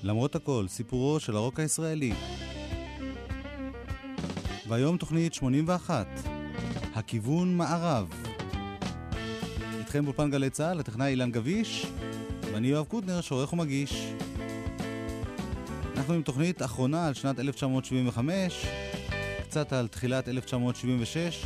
למרות הכל, סיפורו של הרוק הישראלי. והיום תוכנית 81, הכיוון מערב. איתכם באולפן גלי צהל, הטכנאי אילן גביש, ואני יואב קוטנר, שעורך ומגיש. אנחנו עם תוכנית אחרונה על שנת 1975, קצת על תחילת 1976.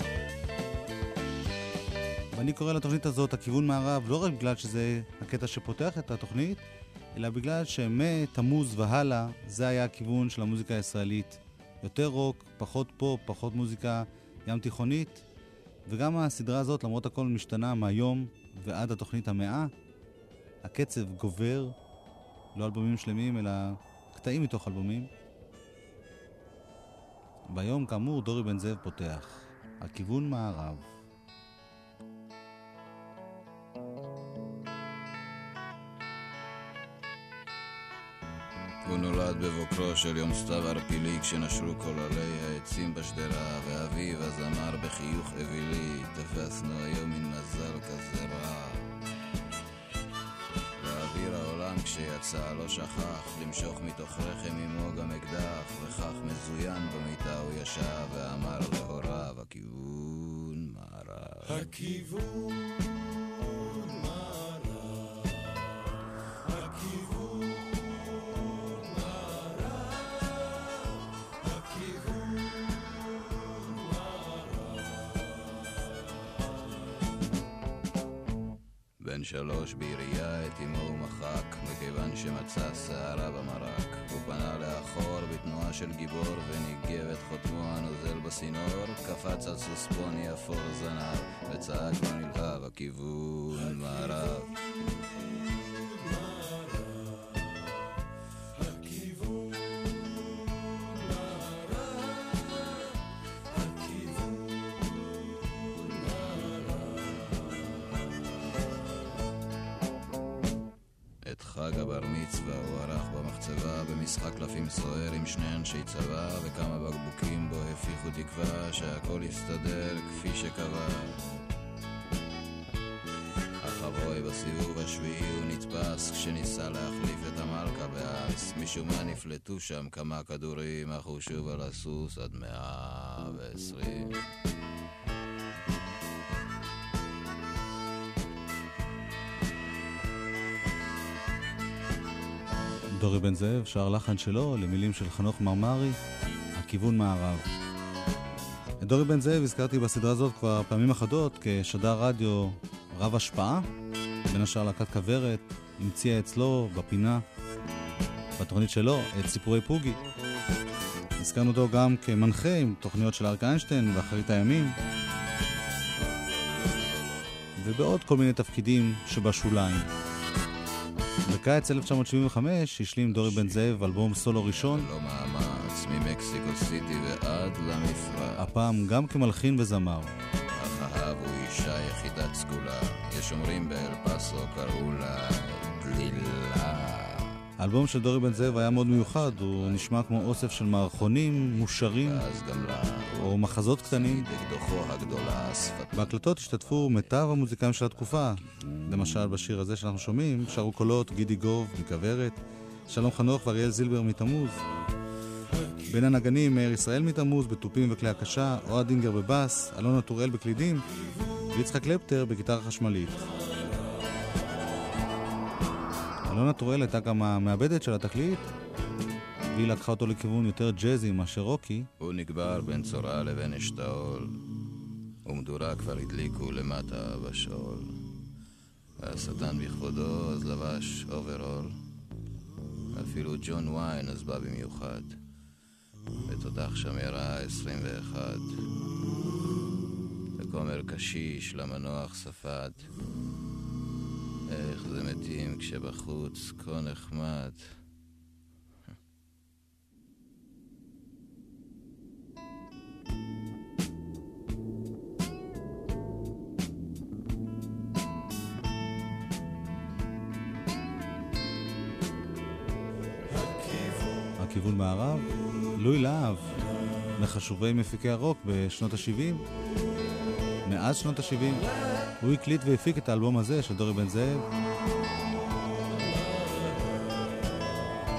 ואני קורא לתוכנית הזאת הכיוון מערב לא רק בגלל שזה הקטע שפותח את התוכנית, אלא בגלל שמתמוז והלאה זה היה הכיוון של המוזיקה הישראלית. יותר רוק, פחות פופ, פחות מוזיקה ים תיכונית. וגם הסדרה הזאת, למרות הכל, משתנה מהיום ועד התוכנית 100. הקצב גובר, לא אלבומים שלמים, אלא קטעים מתוך אלבומים. ביום, כאמור, דורי בן זאב פותח. הכיוון מערב. הוא נולד בבוקרו של יום סתיו ערפילי כשנשרו כל עלי העצים בשדרה, ואביו הזמר בחיוך אווילי, תפסנו היום מן מזל כזה רע. ואוויר העולם כשיצא לא שכח למשוך מתוך רחם עמו גם אקדח, וכך מזוין במיטה הוא ישב ואמר להוריו, הכיוון מערב. הכיוון בן 3 בעירייה את אמו הוא מחק, מכיוון שמצא שערה במרק. הוא פנה לאחור בתנועה של גיבור וניגב את חותמו הנוזל בסינור, קפץ על סוספוני אפור זנב וצעק ונלהב, הכיוון מערב. חג הבר מצווה הוא ערך במחצבה במשחק קלפים סוער עם 2 אנשי צבא, וכמה בקבוקים בו הפיחו תקווה שהכל יסתדר כפי שקבע. אחרוי בסיבוב השביעי הוא נתפס כשניסה להחליף את המלכה באס. משום מה נפלטו שם כמה כדורים, אך הוא שוב על הסוס עד 120. דורי בן זאב שר לחן שלו למילים של חנוך מרמרי, הכיוון מערב. את דורי בן זאב הזכרתי בסדרה הזאת כבר פעמים אחדות כשדר רדיו רב השפעה, בין השאר להקת כוורת, המציאה אצלו בפינה, בתוכנית שלו, את סיפורי פוגי. הזכרנו אותו גם כמנחה עם תוכניות של אריק איינשטיין ואחרית הימים, ובעוד כל מיני תפקידים שבשוליים. בקיץ 1975 השלים דורי בן זאב אלבום סולו ראשון, לא מאמץ ממקסיקו סיטי ועד למפרץ, הפעם גם כמלחין וזמר. אך אהב הוא אישה יחידת סגולה, יש אומרים באל פאסו קראו לה פלילה. האלבום של דורי בן זאב היה מאוד מיוחד, הוא נשמע כמו אוסף של מערכונים מושרים או מחזות קטנים. בהקלטות השתתפו מיטב המוזיקאים של התקופה. למשל בשיר הזה שאנחנו שומעים שרו קולות גידי גוב מכוורת, שלום חנוך ואריאל זילבר מתמוז, בין הנגנים מאיר ישראל מתמוז בטופים וכלי הקשה, אוהד דינגר בבאס, אלון נטורל בקלידים ויצחק קלפטר בגיטרה חשמלית. אלונה טורל הייתה גם המעבדת של התקליט, והיא לקחה אותו לכיוון יותר ג'אזי מאשר רוקי. הוא נגבר בין צורה לבין אשתאול, ומדורה כבר הדליקו למטה בשול. והשטן בכבודו אז לבש אוברול, אפילו ג'ון ויין אז בא במיוחד, ותותח שמרה 21, וכומר קשיש למנוח ספד. איך זה מתים כשבחוץ כה נחמד. הכיוון מערב, לואי להב, מחשובי מפיקי הרוק בשנות ה-70. מאז שנות ה-70 הוא הקליט והפיק את האלבום הזה של דורי בן זאב.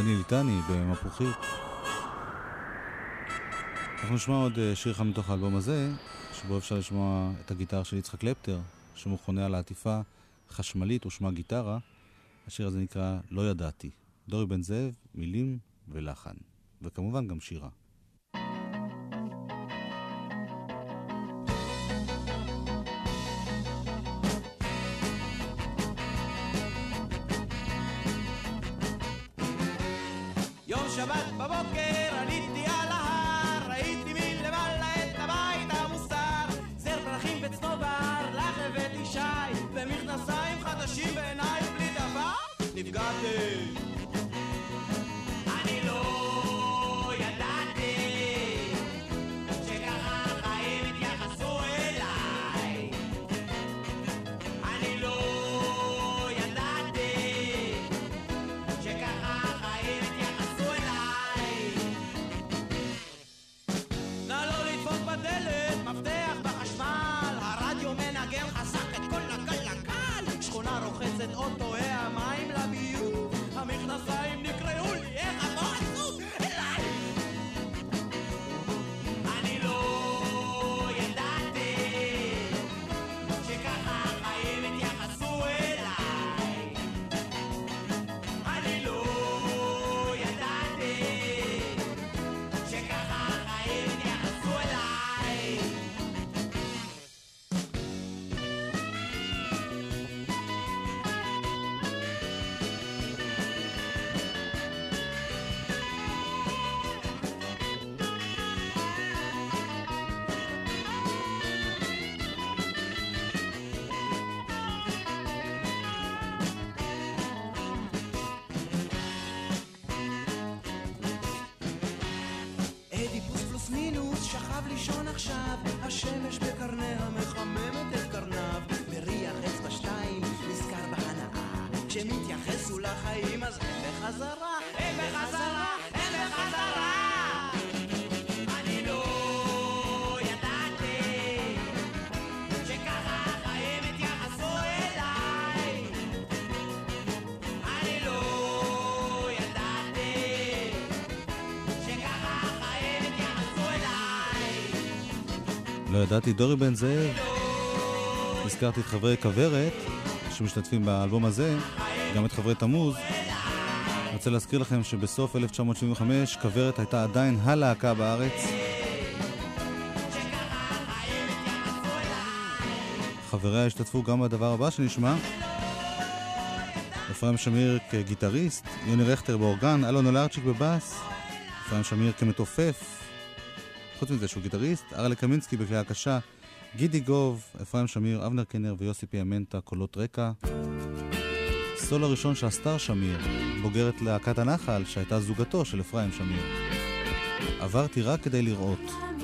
דני ליטני במפוחית. אנחנו נשמע עוד שיר אחד מתוך האלבום הזה, שבו אפשר לשמוע את הגיטרה של יצחק קלפטר, שמוכנה על העטיפה חשמלית ושמה גיטרה. השיר הזה נקרא לא ידעתי. דורי בן זאב, מילים ולחן. וכמובן גם שירה. יום שבת בבוקר עליתי על ההר, ראיתי מלמעלה את הבית המוסר, זר פרחים בצנובר, לחבת ישי, במכנסיים חדשים בעיניים בלי דבר, נפגעתי. אני לא ידעתי שככה חיים התייחסו אליי. אני לא ידעתי שככה חיים התייחסו אליי. נא לא לדפוק בדלת, מפתח בחשמל, הרדיו מנגן חזק את כל הגלגל, שכונה רוחצת אוטו, המים לביוב, המכנסיים נקראו לי, איך לא עשו אליי. אני לא ידעתי שככה החיים התייחסו אליי. אני לא ידעתי שככה החיים התייחסו אליי. אדיפוס פלוס מינוס שכב לישון עכשיו, השמש בקרניה מחממת את קרניו, מריח אצבע שתיים נזכר בהנאה, כשמתייחסו לחיים אז הם בחזרה, הם בחזרה, הם בחזרה. אני לא ידעתי שככה החיים התייחסו אליי. אני לא ידעתי שככה החיים התייחסו אליי. לא ידעתי, דורי בן זאב. הזכרתי את חברי כוורת שמשתתפים באלבום הזה, גם את חברי תמוז. אני רוצה להזכיר לכם שבסוף 1975 כוורת הייתה עדיין הלהקה בארץ. חבריה השתתפו גם בדבר הבא שנשמע. אפרים שמיר כגיטריסט, יוני רכטר באורגן, אלון אולרצ'יק בבאס, אפרים שמיר כמתופף, חוץ מזה שהוא גיטריסט, ארלה קמינסקי בכלי הקשה, גידי גוב, אפרים שמיר, אבנר קנר ויוסי פיאמנטה, קולות רקע. סולו הראשון של הסטאר שמיר, בוגרת להקת הנחל שהייתה זוגתו של אפרים שמיר. עברתי רק כדי לראות.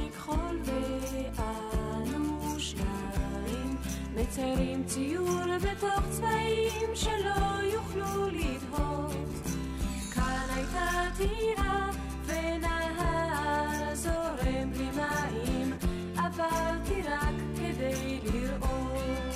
מציירים ציור בתוך צבעים שלא יוכלו לדהות. כאן הייתה טירה ונהר זורם בלי מים, עברתי רק כדי לראות.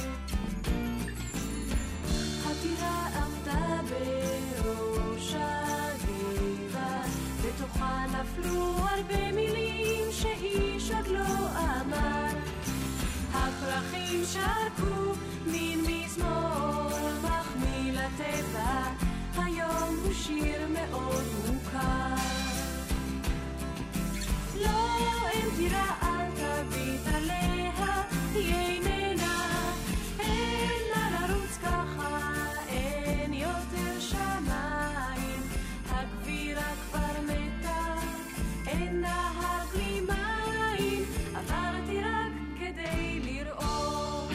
הטירה עמדה בראש הגבעה, בתוכה נפלו הרבה מילים שאיש עוד לא אמר. הפרחים שרקו מין מזמור מחמיא לטבע, היום הוא שיר מאוד מוכר. לא, אין טירה, אל תביט עליה, היא איננה, אין לה לרוץ ככה, אין יותר שמיים, הגבירה כבר מתה, אין נהר בלי מים, עברתי רק כדי לראות.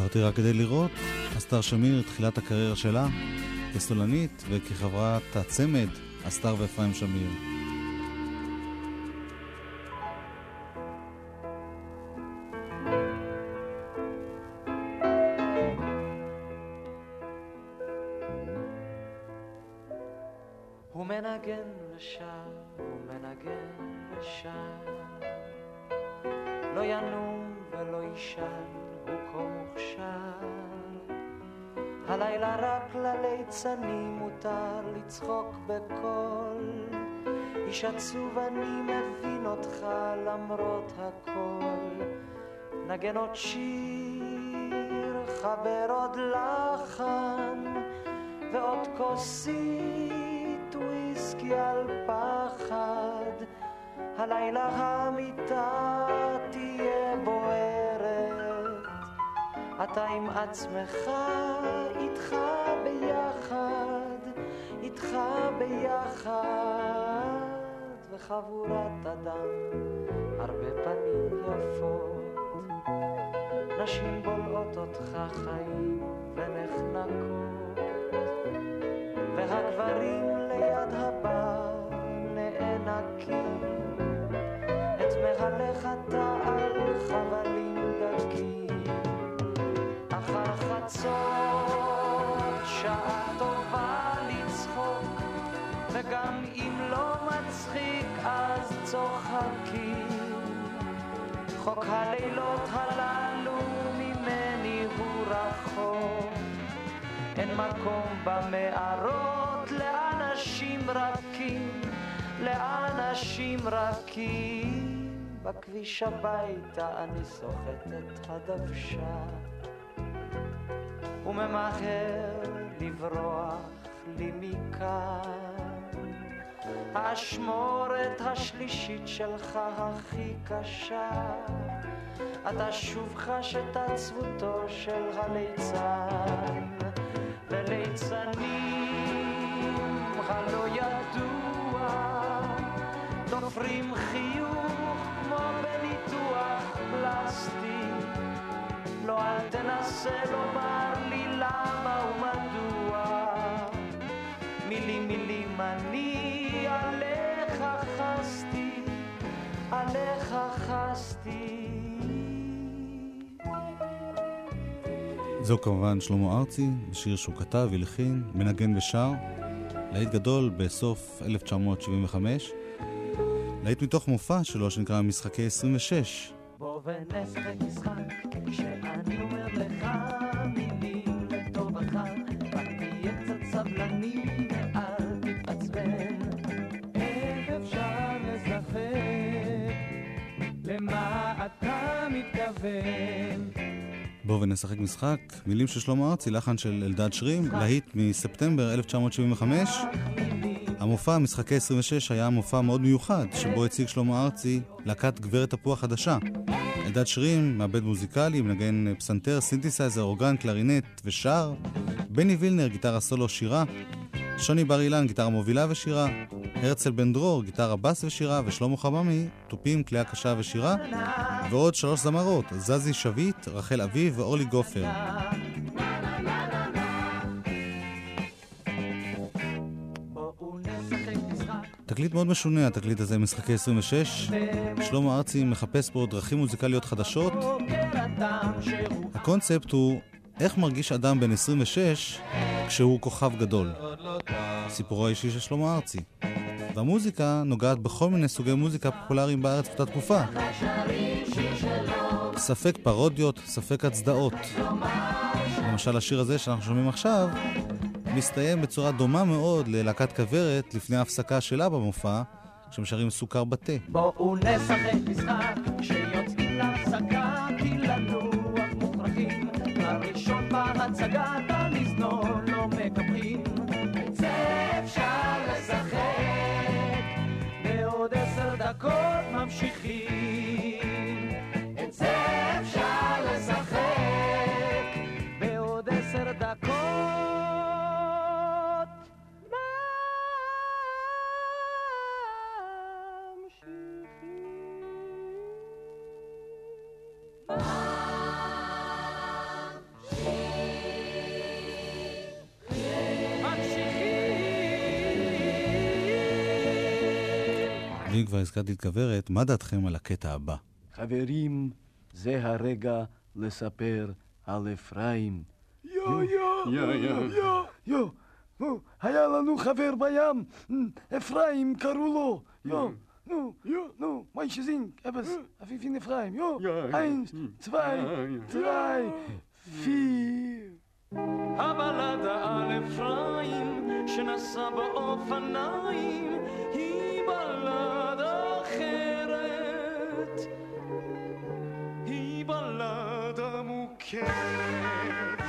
הכרתי רק כדי לראות. אסתר שמיר, תחילת הקריירה שלה כסולנית וכחברת הצמד אסתר ואפרים שמיר. הוא מנגן ושר, הוא מנגן ושר, לא ינום ולא ישן, הוא כה מוכשר. הלילה רק לליצנים מותר לצחוק בקול, איש עצוב אני מבין אותך למרות הכל. נגן עוד שיר, חבר עוד לחן, ועוד כוסית וויסקי על פחד. הלילה המיטה תהיה בוערת, אתה עם עצמך, איתך ביחד, איתך ביחד. וחבורת אדם, הרבה פנים יפות, נשים בולעות אותך חיים ונחנקות, והגברים ליד הבר נאנקים, את מהלך אתה על חבלים דקים. אחר חצות שעה טובה לצחוק, וגם אם לא מצחיק אז צוחקים. חוק הלילות הללו ממני הוא רחוק, אין מקום במערות לאנשים רכים, לאנשים רכים. בכביש הביתה אני סוחט את הדוושה וממהר לברוח לי מכאן. האשמורת השלישית שלך הכי קשה, אתה שוב חש את עצבותו של הליצן. וליצנים הלא ידוע תופרים חיוך כמו בניתוח פלסטי. לא, אל תנסה לומר לי למה ומדוע, מילים מילים אני עליך חסתי, עליך חסתי. זהו כמובן שלמה ארצי, בשיר שהוא כתב, הלחין, מנגן ושר, להיט גדול בסוף 1975, להיט מתוך מופע שלו שנקרא משחקי 26. בוא ונשחק משחק, כשאני אומר לך מילים לטובתך, רק תהיה קצת סבלני ואל תתעצבן. איך אפשר לשחק, למה אתה מתכוון? בוא ונשחק משחק, מילים של שלמה ארצי, לחן של אלדד שרים, להיט מספטמבר 1975. המופע משחקי 26 היה מופע מאוד מיוחד, שבו הציג שלמה ארצי להקת גברת תפוח חדשה. אלדד שרים, מעבד מוזיקלי, מנגן פסנתר, סינתסייזר, אורגן, קלרינט ושר. בני וילנר, גיטרה סולו שירה. שוני בר אילן, גיטרה מובילה ושירה. הרצל בן דרור, גיטרה בס ושירה. ושלמה חממי, תופים, כלי הקשה ושירה. ועוד 3 זמרות, זזי שביט, רחל אביב ואורלי גופר. תקליט מאוד משונה, התקליט הזה משחקי 26. שלמה ארצי מחפש פה דרכים מוזיקליות חדשות. הקונספט הוא איך מרגיש אדם בן 26 כשהוא כוכב גדול. סיפורו האישי של שלמה ארצי. והמוזיקה נוגעת בכל מיני סוגי מוזיקה פופולריים בארץ באותה תקופה. ספק פרודיות, ספק הצדעות. למשל השיר הזה שאנחנו שומעים עכשיו מסתיים בצורה דומה מאוד ללהקת כוורת לפני ההפסקה שלה במופע, שמשרים סוכר בתה. בואו נשחק משחק כשיוצאים להפסקה, כי לנוח מוכרחים, הראשון בהצגה המזנון לא מקבלים. את זה אפשר לשחק, בעוד 10 דקות ממשיכים. את זה אפשר לשחק, בעוד 10 דקות ואם כבר הזכרתי את גברת, מה דעתכם על הקטע הבא? חברים, זה הרגע לספר על אפרים. יו, היה לנו חבר בים, אפרים קראו לו, נו, מה יש זינג, אבס, אפיפין אפרים, איינס, צווי, פיר. הבלדה על אפרים שנסע באופניים היא בלדה אחרת, היא בלדה מוכרת.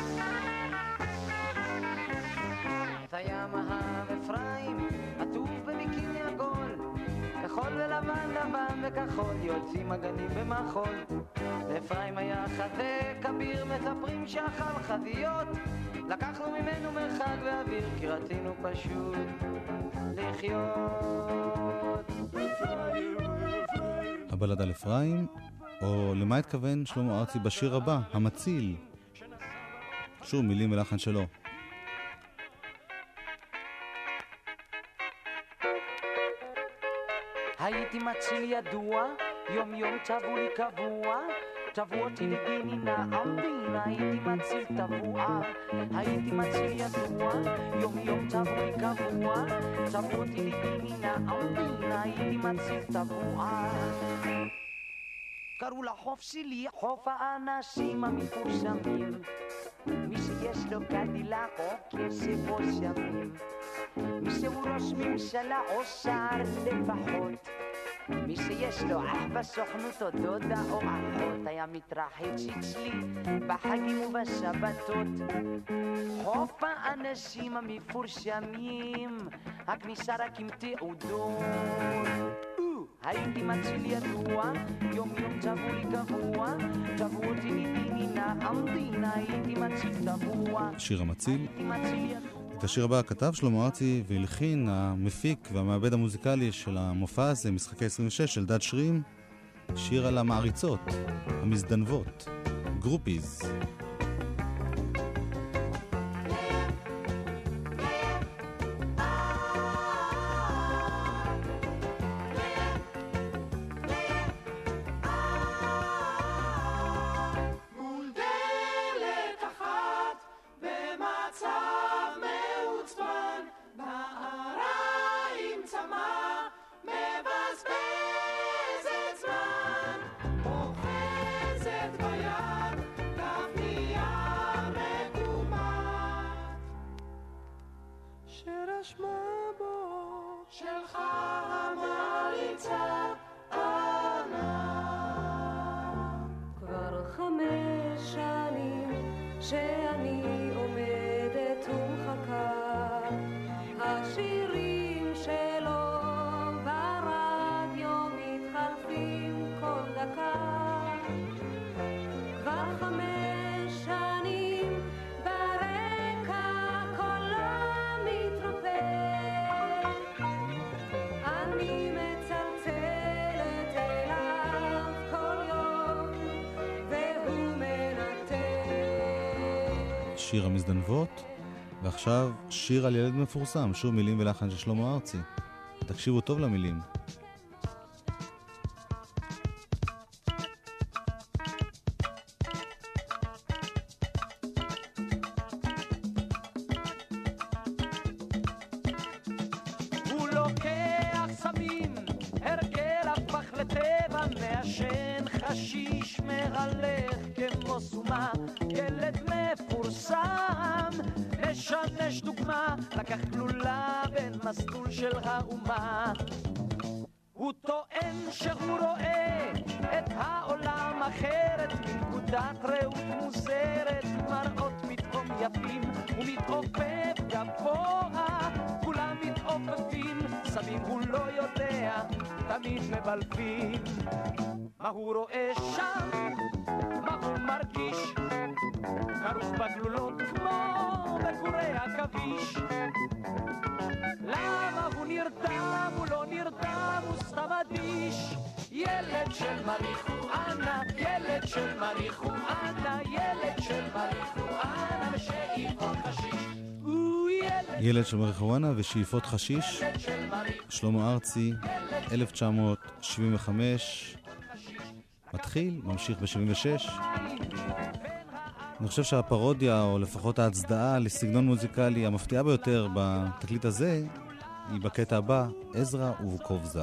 את הים אהב אפרים עטוף בביקיני עגול, כחול ולבן לבן וכחול יוצאים הגנים במחול. לאפרים היה חזה כביר, מספרים שאכל חזיות, לקחנו ממנו מרחק ואוויר כי רצינו פשוט לחיות. הבלדה על אפרים, או למה התכוון שלמה ארצי בשיר הבא, המציל? שוב מילים ולחן שלו. הייתי מציל ידוע, יום יום צבו לי קבוע, צבו אותי לגיני נעמדין, הייתי מציל טבוע. הייתי מציל ידוע, יום יום צבו לי קבוע, צבו אותי לגיני נעמדין, הייתי מציל טבוע. קראו לחוף שלי חוף האנשים המפורסמים, מי שיש לו קדילק או כסף או סמים, מי שהוא ראש ממשלה או שר לפחות, מי שיש לו אח בסוכנות או דודה או אחות, היה מתרחץ אצלי בחגים ובשבתות. חוף האנשים המפורסמים, הכניסה רק עם תעודות. הייתי מציל ידוע, יום יום צבו לי קבוע, צבו אותי לדיני נעמדין, הייתי מציל טבוע. שיר המציל. את השיר הבא כתב שלמה ארצי והלחין המפיק והמעבד המוזיקלי של המופע הזה, משחקי 26 של דד שרים, שיר על המעריצות, המזדנבות, גרופיז. שיר המזדנבות, ועכשיו שיר על ילד מפורסם, שוב מילים ולחן של שלמה ארצי. תקשיבו טוב למילים. הוא לוקח סמים, הרגל הפך לטבע, מעשן חשיש, מרלך כמו סומה, ילד מפורסם, משמש דוגמה, לקח גלולה בין מסלול של האומה. הוא טוען שהוא רואה את העולם אחרת, מנקודת ראות מוזרת, מראות פתאום יפים, הוא מתעופף גבוה, כולם מתעופפים, סמים הוא לא יודע, תמיד מבלפים. מה הוא רואה שם? מה הוא מרגיש? כרוך בגלולות כמו בקורי עכביש. למה הוא נרדם? הוא לא נרדם, הוא סתם אדיש. ילד של מריחואנה, ילד של מריחואנה, ילד של מריחואנה, ושאיפות חשיש. הוא ילד ילד של מריחואנה ושאיפות חשיש, שלמה ארצי, 1975, מתחיל, ממשיך ב-76. אני חושב שהפרודיה, או לפחות ההצדעה לסגנון מוזיקלי המפתיעה ביותר בתקליט הזה, היא בקטע הבא, עזרא ובוקובזה.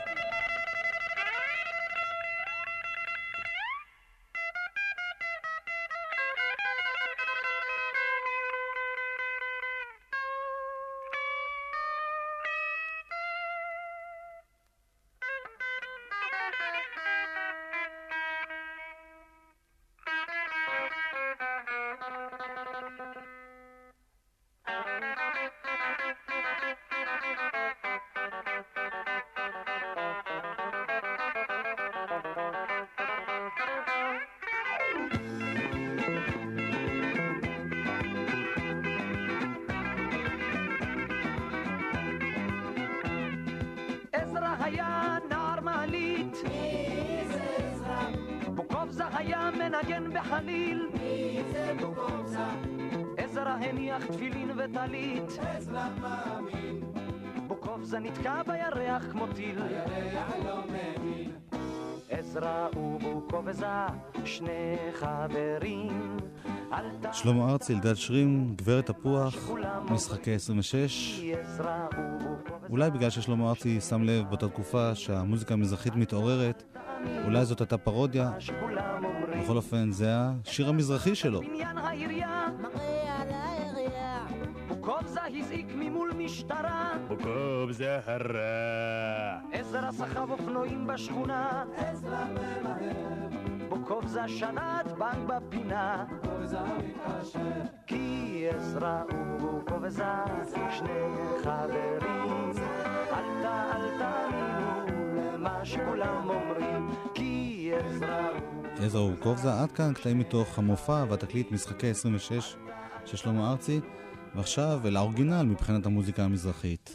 היה נער מעלית, מי זה עזרא? בוקובזה היה מנגן בחליל, מי זה בוקובזה? עזרא הניח תפילין וטלית, עזרא מאמין, בוקובזה נתקע בירח כמו טיל, הירח לא מבין. עזרא ובוקובזה שני חברים. שלמה ארצי, אלדד שרים, גברת תפוח, משחקי 26. אולי בגלל ששלמה ארצי שם לב באותה תקופה שהמוזיקה המזרחית מתעוררת, אולי זאת הייתה פרודיה. בכל אופן, זה השיר המזרחי שלו. בניין העירייה, מראה על העירייה, בוקובזה הזעיק ממול משטרה, בוקובזה הרע. עזרא סחב אופנועים בשכונה, עזרא ממהר, בוקובזה שלט בנק בפינה, בוקובזה מתעשר, כי עזרא ובוקובזה שני חברים. אל תאמינו למה שכולם אומרים, כי עזרא ובוקובזה. עד כאן קטעים מתוך המופע והתקליט משחקי 26 של שלמה ארצי, ועכשיו אל האורגינל מבחינת המוזיקה המזרחית.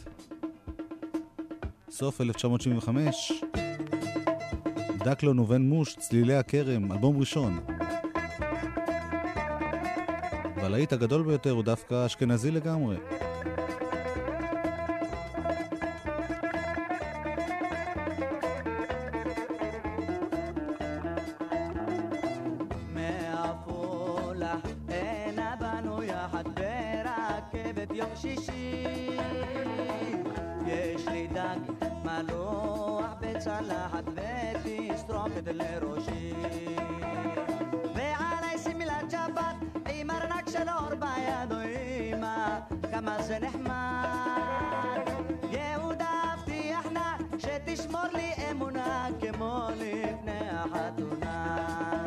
סוף 1975, דקלון ובן מוש, צלילי הכרם, אלבום ראשון. והלהיט הגדול ביותר הוא דווקא אשכנזי לגמרי. כמה זה נחמד, יהודה הבטיחנה שתשמור לי אמונה כמו לפני החתונה,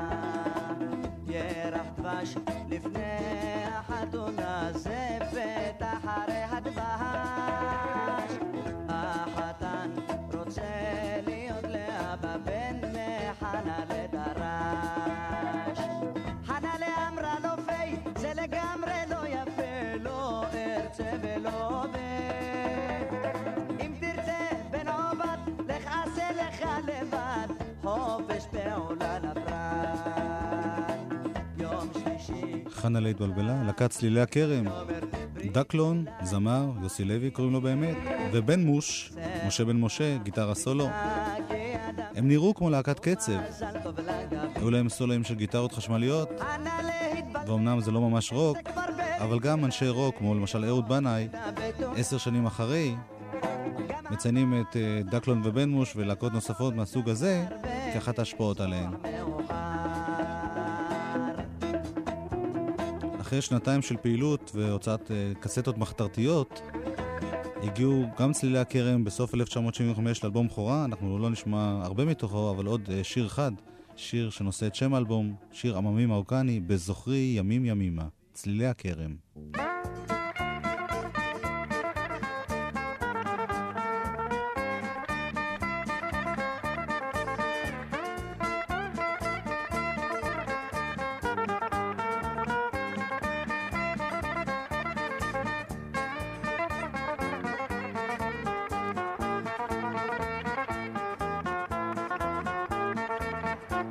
ירח דבש לפני החתונה, זפת אחרי הדבש, החתן רוצה להיות לאבא בן מחנה לדרש, חנה לאמרה לו פי זה לגמרי לא יפה, לא ארצה ולא בן, אם תרצה בן עובד לך עשה לך לבד, חופש פעולה נפרד. יום שלישי חנה להתבלבלה, להקת צלילי הכרם, דקלון, זמר, יוסי לוי קוראים לו באמת, ובן מוש, משה בן משה, גיטרה סולו. הם נראו כמו להקת קצב, היו להם סולואים של גיטרות חשמליות, ואומנם זה לא ממש רוק, אבל גם אנשי רוק, כמו למשל אהוד בנאי, 10 שנים אחרי, מציינים את דקלון ובן מוש ולהקות נוספות מהסוג הזה, כאחת ההשפעות עליהן. אחרי שנתיים של פעילות והוצאת קסטות מחתרתיות, הגיעו גם צלילי הכרם בסוף 1975 לאלבום בכורה. אנחנו לא נשמע הרבה מתוכו, אבל עוד שיר אחד, שיר שנושא את שם האלבום, שיר עממי מרוקני, בזוכרי ימים ימימה, צלילי הכרם.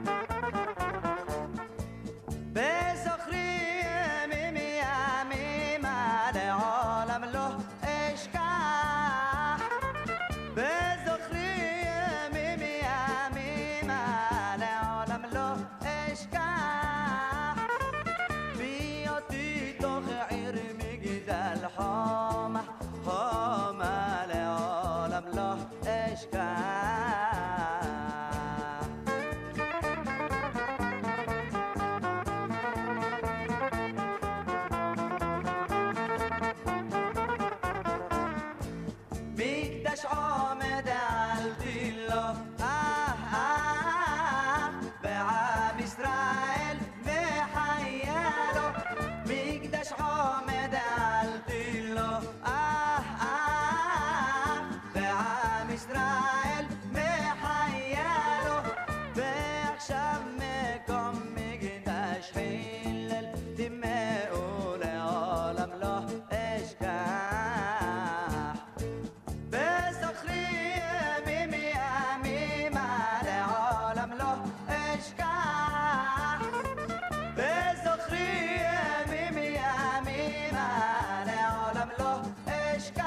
בזוכרי ימים ימים לא אשכח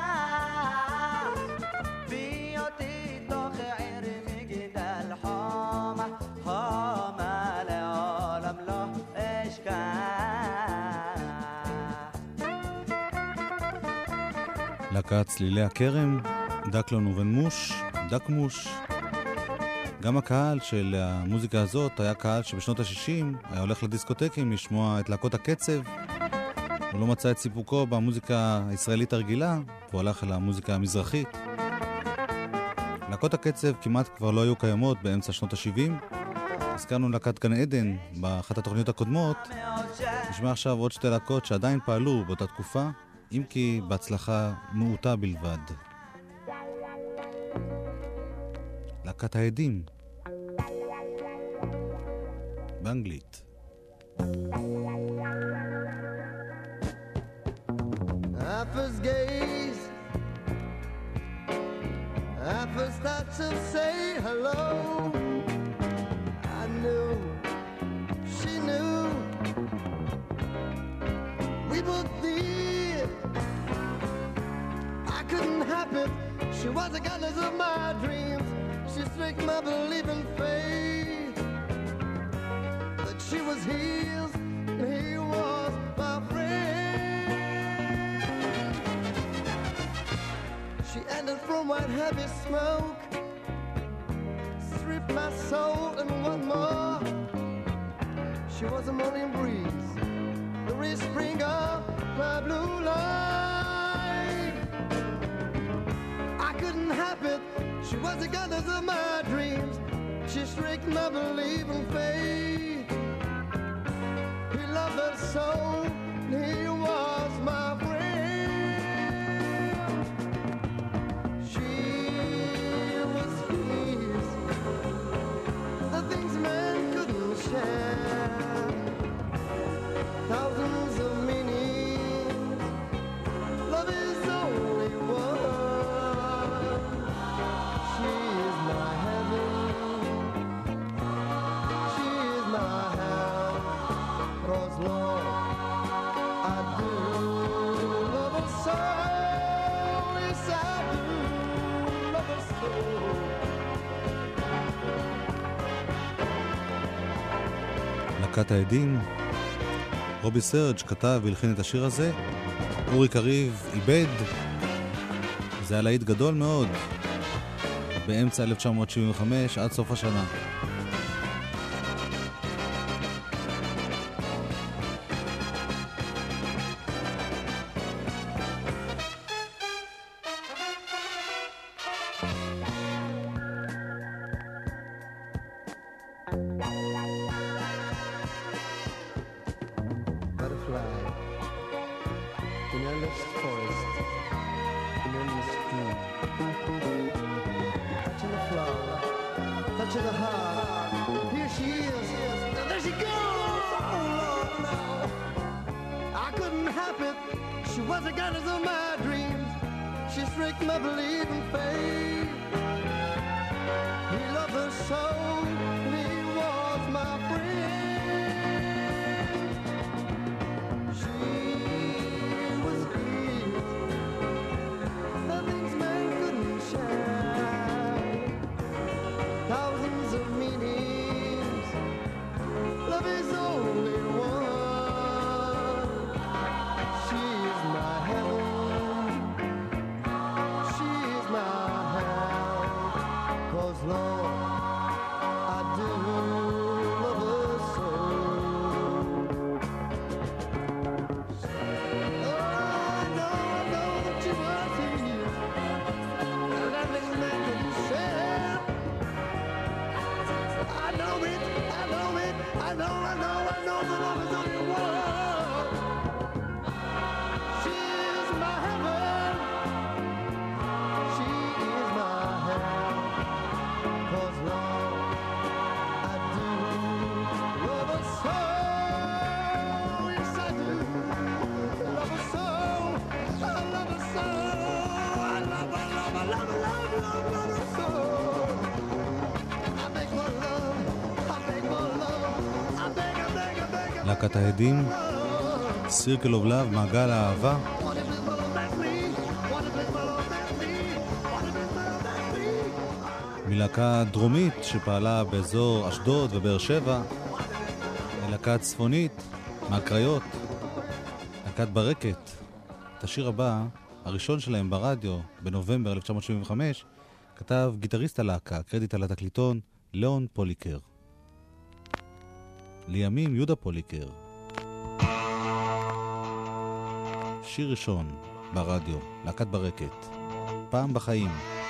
בהיותי תוך עיר מגדל חומה חומה לעולם לא אשכח. להקת צלילי הכרם, דקלון ובן מוש, דקמוש. גם הקהל של המוזיקה הזאת היה קהל שבשנות ה-60 היה הולך לדיסקוטקים לשמוע את להקות הקצב. הוא לא מצא את סיפוקו במוזיקה הישראלית הרגילה, והוא הלך אל המוזיקה המזרחית. להקות הקצב כמעט כבר לא היו קיימות באמצע שנות ה-70. הזכרנו להקת גן עדן באחת התוכניות הקודמות. נשמע עכשיו עוד שתי להקות שעדיין פעלו באותה תקופה, אם כי בהצלחה מעוטה בלבד. להקת העדים באנגלית. I first gaze, I first thought to say hello. I knew, she knew, we both did. I couldn't help it, she was the goddess of my dreams. She strengthened my belief in faith that she was his and he was my friend. She ended from white heavy smoke, stripped my soul and one more. She was a morning breeze, the respring of my blue light. I couldn't help it, she was the goddess of my dreams. She strengthened my belief in faith. He loved her so, he was my friend. She was his, the things men couldn't share. Thousands of meanings, love is only one. She is my heaven, she is my hell. 'Cause Lord, I do love her so. Yes, I do love her so. להקת העדים, רובי סרג' כתב והלחין את השיר הזה, אורי קריב איבד, זה היה להיט גדול מאוד באמצע 1975 עד סוף השנה. Butterfly in endless forest, in endless dream, touching the flower, touching the heart. Here she is, now there she goes. Oh Lord, no, I couldn't help it. She was the goddess of my dreams. She strengthened my belief in faith. He loved her so, and he was my friend. She was his, the things men couldn't share. Thousands of meanings, love is only one. She is my heaven, she is my hell. 'Cause Lord, I do love her so. I know that you were here, and everything man couldn't share. I know it, I know it, I know the love is only one. She is my heaven, she is my hell. 'Cause Lord, I do love her so. Yes, I do love her so. I love her so. I love her, love her, love her, love her, love her so. I beg for love, I beg for love, I beg, I beg, I beg, I להקת העדים, Circle of Love, מעגל האהבה. beg. What if this love makes me מלהקה דרומית שפעלה באזור אשדוד ובאר שבע, מלהקה צפונית מהקריות, להקת ברקת. את השיר הבא, הראשון שלהם ברדיו בנובמבר 1975, כתב גיטריסט הלהקה, קרדיט על התקליטון, ליאון פוליקר. לימים יהודה פוליקר. שיר ראשון ברדיו, להקת ברקת, פעם בחיים.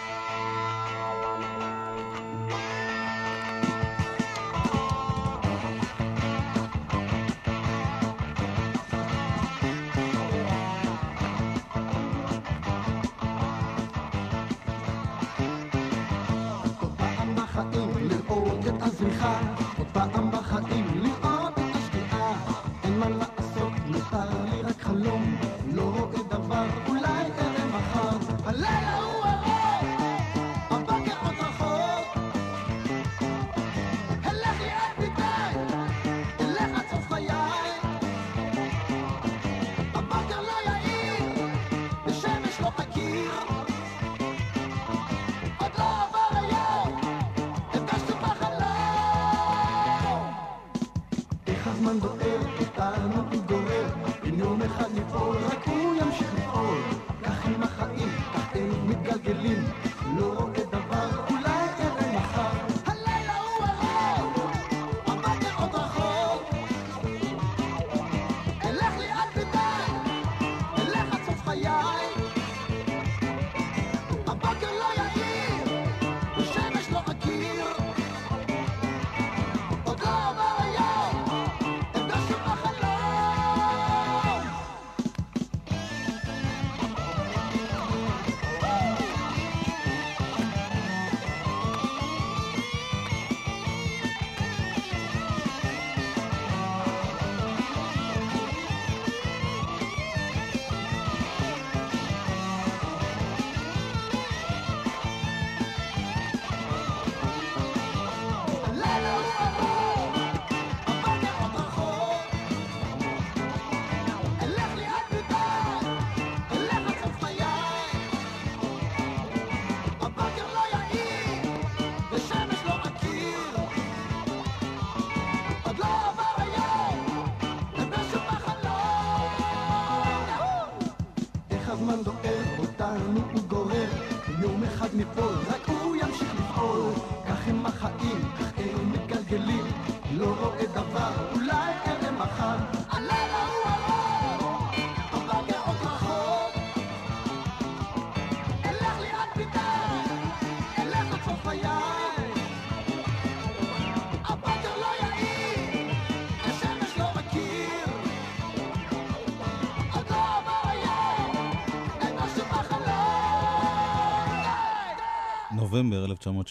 נובמבר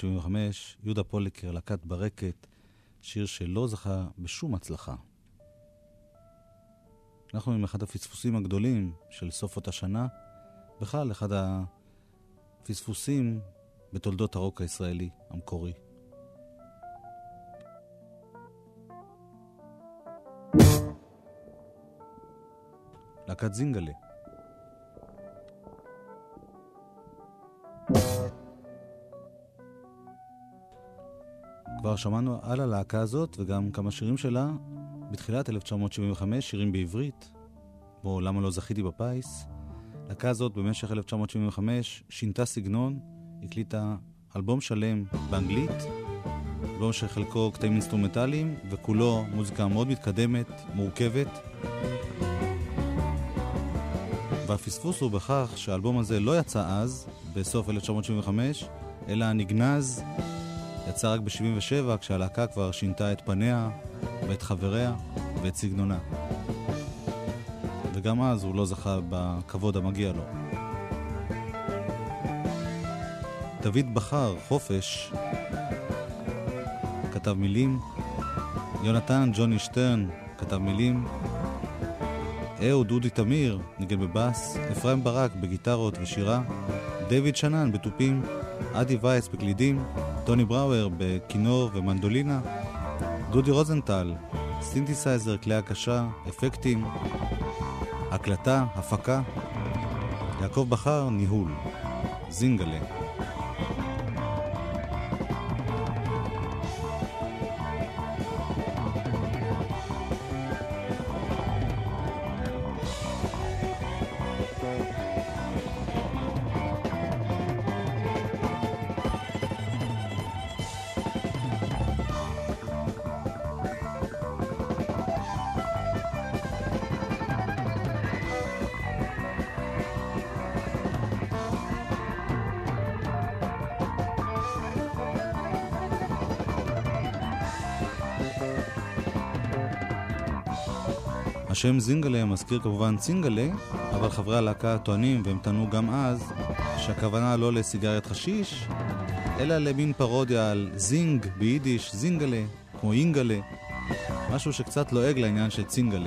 1975, יהודה פוליקר, להקת ברקת, שיר שלא זכה בשום הצלחה. אנחנו עם אחד הפספוסים הגדולים של סוף אותה שנה, בכלל אחד הפספוסים בתולדות הרוק הישראלי המקורי. להקת זינגלה. כבר שמענו על הלהקה הזאת וגם כמה שירים שלה בתחילת 1975, שירים בעברית, כמו למה לא זכיתי בפיס. להקה הזאת במשך 1975 שינתה סגנון, הקליטה אלבום שלם באנגלית, אלבום שחלקו קטעים אינסטרומנטליים וכולו מוזיקה מאוד מתקדמת, מורכבת. והפספוס הוא בכך שהאלבום הזה לא יצא אז, בסוף 1975, אלא נגנז, יצא רק ב-77, כשהלהקה כבר שינתה את פניה ואת חבריה ואת סגנונה. וגם אז הוא לא זכה בכבוד המגיע לו. דוד בחר, חופש, כתב מילים. יונתן ג'וני שטרן כתב מילים. אהוד אודי תמיר ניגן בבאס. אפרים ברק בגיטרות ושירה. דיוויד שנן בטופים. אדי וייס בקלידים. טוני בראואר בכינור ומנדולינה. דודי רוזנטל, סינתסייזר, כלי הקשה, אפקטים, הקלטה, הפקה. יעקב בחר, ניהול. זינגלה. השם זינגלה מזכיר כמובן צינגלה, אבל חברי הלהקה טוענים, והם טענו גם אז, שהכוונה לא לסיגריית חשיש, אלא למין פרודיה על זינג ביידיש, זינגלה, כמו אינגלה, משהו שקצת לועג לעניין של צינגלה.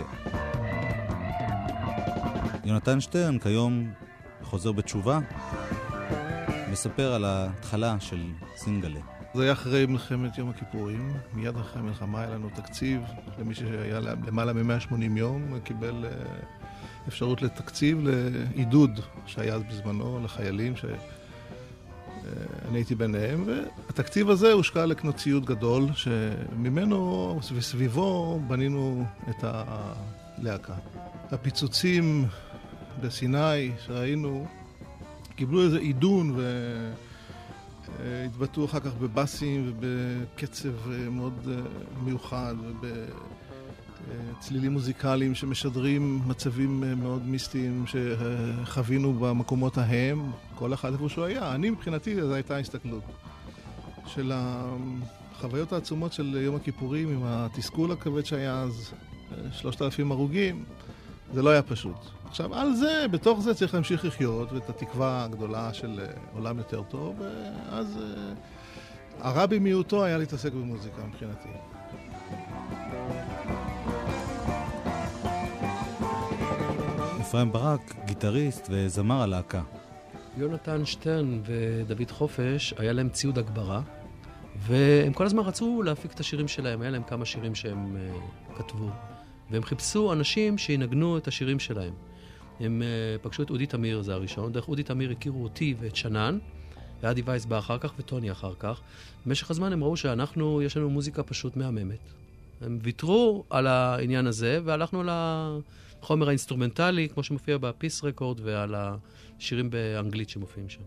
יונתן שטרן כיום חוזר בתשובה, מספר על ההתחלה של זינגלה. זה היה אחרי מלחמת יום הכיפורים, מיד אחרי המלחמה היה לנו תקציב, למי שהיה למעלה מ-180 יום, קיבל אפשרות לתקציב לעידוד שהיה אז בזמנו לחיילים שאני הייתי ביניהם, והתקציב הזה הושקע לקנות ציוד גדול, שממנו וסביבו בנינו את הלהקה. הפיצוצים בסיני שראינו קיבלו איזה עידון והתבטאו אחר כך בבאסים ובקצב מאוד מיוחד ובצלילים מוזיקליים שמשדרים מצבים מאוד מיסטיים שחווינו במקומות ההם, כל אחד איפה שהוא היה. אני מבחינתי זו הייתה הסתכלות של החוויות העצומות של יום הכיפורים עם התסכול הכבד שהיה אז, 3,000 הרוגים, זה לא היה פשוט. עכשיו, על זה, בתוך זה צריך להמשיך לחיות, ואת התקווה הגדולה של עולם יותר טוב, ואז הרע במיעוטו היה להתעסק במוזיקה מבחינתי. אפרים ברק, גיטריסט וזמר הלהקה. יונתן שטרן ודוד חופש, היה להם ציוד הגברה, והם כל הזמן רצו להפיק את השירים שלהם, היה להם כמה שירים שהם כתבו, והם חיפשו אנשים שינגנו את השירים שלהם. הם פגשו את אודי תמיר, זה הראשון. דרך אודי תמיר הכירו אותי ואת שנן, ועדי וייס בא אחר כך וטוני אחר כך. במשך הזמן הם ראו שאנחנו, יש לנו מוזיקה פשוט מהממת. הם ויתרו על העניין הזה, והלכנו לחומר האינסטרומנטלי, כמו שמופיע בפיס רקורד, ועל השירים באנגלית שמופיעים שם.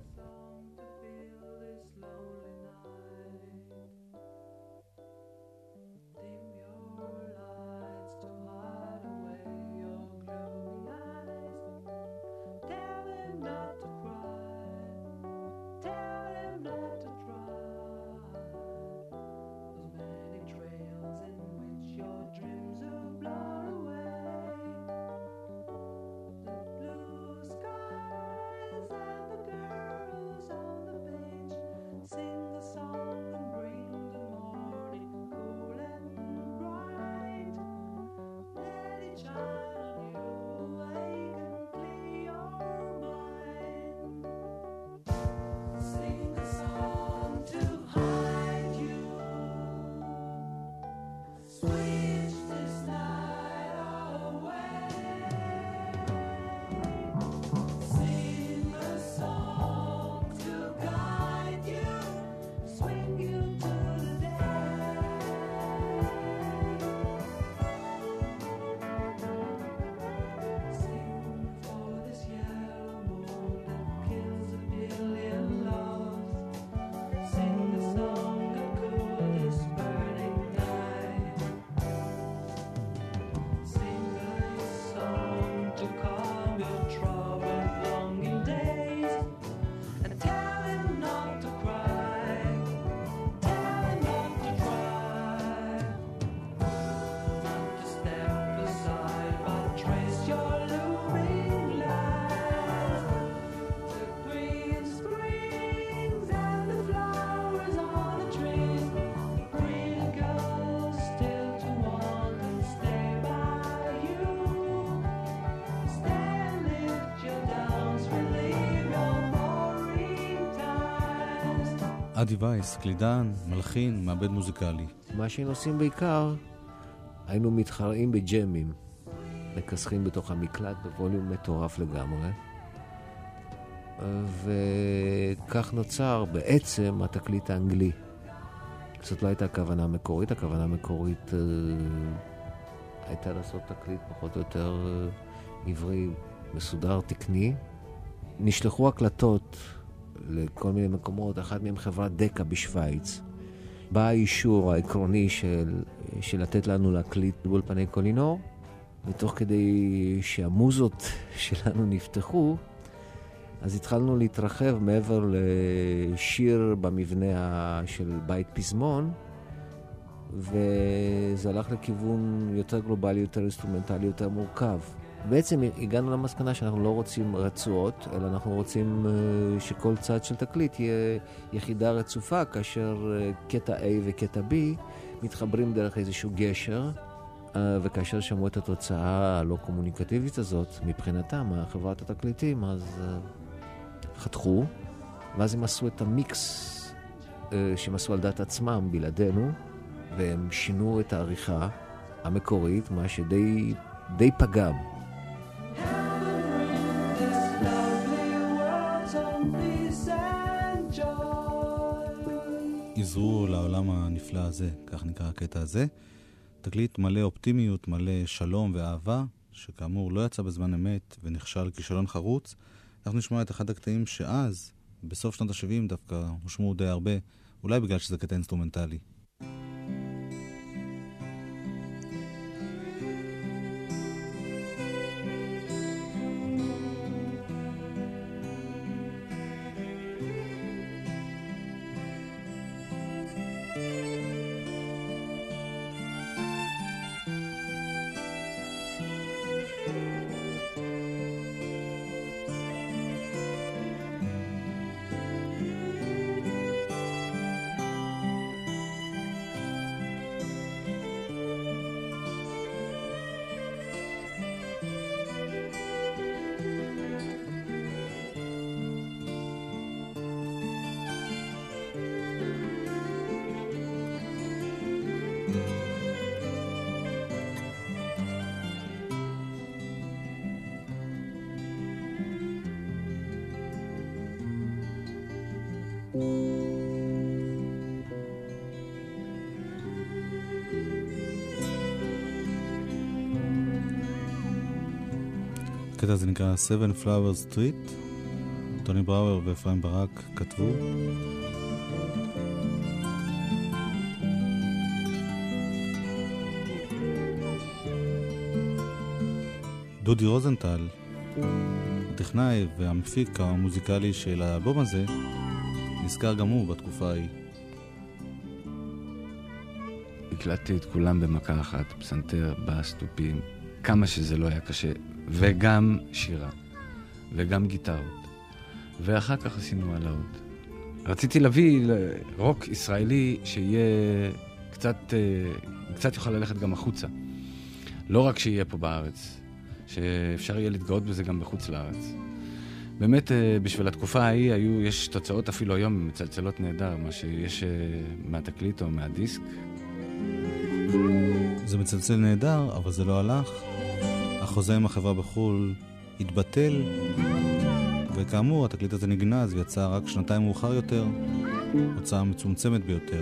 עדי וייס, קלידן, מלחין, מעבד מוזיקלי. מה שהיינו עושים בעיקר, היינו מתחרעים בג'מים, מכסחים בתוך המקלט בווליום מטורף לגמרי, וכך נוצר בעצם התקליט האנגלי. זאת לא הייתה הכוונה המקורית, הכוונה המקורית הייתה לעשות תקליט פחות או יותר עברי, מסודר, תקני. נשלחו הקלטות לכל מיני מקומות, אחד מהם חברת דקה בשוויץ. בא האישור העקרוני של לתת לנו להקליט באולפני קולינור, ותוך כדי שהמוזות שלנו נפתחו, אז התחלנו להתרחב מעבר לשיר במבנה של בית פזמון, וזה הלך לכיוון יותר גלובלי, יותר אינסטרומנטלי, יותר מורכב. בעצם הגענו למסקנה שאנחנו לא רוצים רצועות, אלא אנחנו רוצים שכל צד של תקליט יהיה יחידה רצופה, כאשר קטע A וקטע B מתחברים דרך איזשהו גשר, וכאשר שמעו את התוצאה הלא קומוניקטיבית הזאת, מבחינתם, חברת התקליטים, אז חתכו, ואז הם עשו את המיקס שהם עשו על דעת עצמם בלעדינו, והם שינו את העריכה המקורית, מה שדי פגם. עזרו לעולם הנפלא הזה, כך נקרא הקטע הזה. תקליט מלא אופטימיות, מלא שלום ואהבה, שכאמור לא יצא בזמן אמת ונכשל כישלון חרוץ. אנחנו נשמע את אחד הקטעים שאז, בסוף שנות ה-70 דווקא, הושמעו די הרבה, אולי בגלל שזה קטע אינסטרומנטלי. הקטע הזה נקרא Seven Flower Street. טוני בראואר ואפרים ברק כתבו. דודי רוזנטל, הטכנאי והמפיק המוזיקלי של האלבום הזה, נזכר גם הוא בתקופה ההיא. הקלטתי את כולם במכה אחת, פסנתר, בס, טופים, כמה שזה לא היה קשה, וגם שירה, וגם גיטרות, ואחר כך עשינו עלאות. רציתי להביא רוק ישראלי שיהיה קצת יוכל ללכת גם החוצה. לא רק שיהיה פה בארץ, שאפשר יהיה להתגאות בזה גם בחוץ לארץ. באמת, בשביל התקופה ההיא יש תוצאות אפילו היום מצלצלות נהדר, מה שיש מהתקליט או מהדיסק. זה מצלצל נהדר, אבל זה לא הלך. החוזה עם החברה בחול התבטל, וכאמור, התקליט הזה נגנז ויצא רק שנתיים מאוחר יותר, הוצאה מצומצמת ביותר.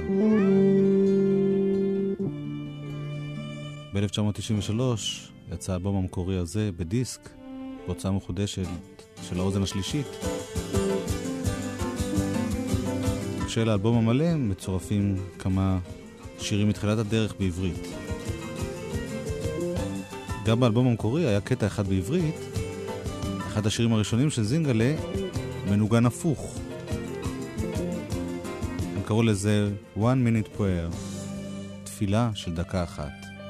ב-1993 יצא האלבום המקורי הזה בדיסק, בהוצאה מחודשת של האוזן השלישית. של האלבום המלא מצורפים כמה שירים מתחילת הדרך בעברית. גם באלבום המקורי היה קטע אחד בעברית, אחד השירים הראשונים של זינגלה, מנוגן הפוך. הם קראו לזה One Minute Prayer, תפילה של דקה אחת.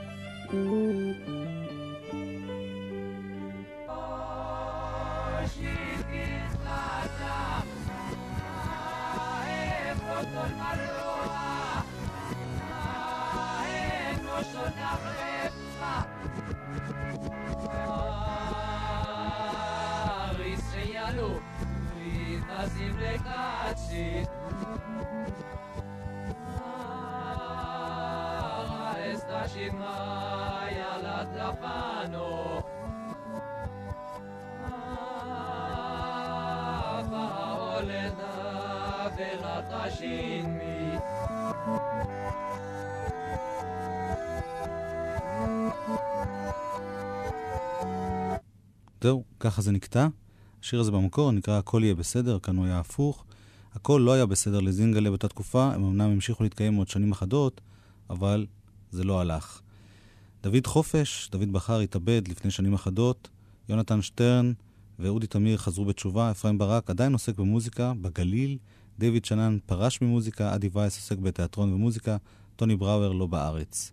זהו, ככה זה נקטע. השיר הזה במקור נקרא הכל יהיה בסדר, כאן הוא היה הפוך. הכל לא היה בסדר לזינגלה באותה תקופה, הם אמנם המשיכו להתקיים עוד שנים אחדות, אבל זה לא הלך. דוד חופש, דוד בחר התאבד לפני שנים אחדות, יונתן שטרן ואודי תמיר חזרו בתשובה, אפרים ברק עדיין עוסק במוזיקה, בגליל, דיוויד שנן פרש ממוזיקה, אדי וייס עוסק בתיאטרון ומוזיקה, טוני בראואר לא בארץ.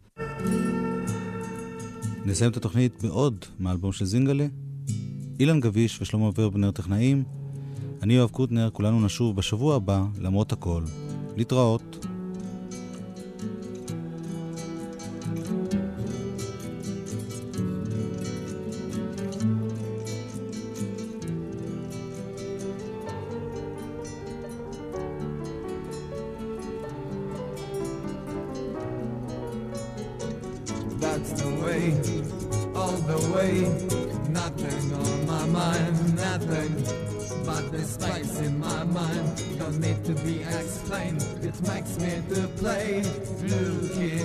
נסיים את התוכנית בעוד מאלבום של זינגלה. אילן גביש ושלמה ורבנר טכנאים. אני יואב קוטנר, כולנו נשוב בשבוע הבא למרות הכל. להתראות. That's the way, all the way. Nothing on my mind, nothing but the space in my mind. Don't need to be explained, it makes me to play. Looking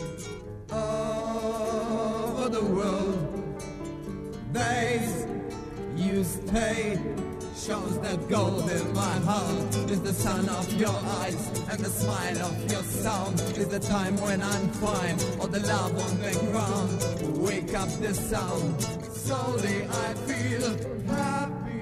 over the world, days you stay. Shows that gold in my heart is the sun of your eyes, and the smile of your sound is the time when I'm fine, or the love on the ground. Wake up the sound, slowly I feel happy.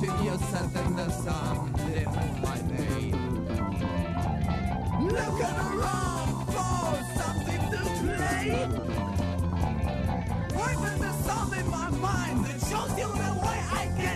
till you're setting the sun, live my day. Looking around for something to play. Wiping the sound in my mind that shows you the way I can.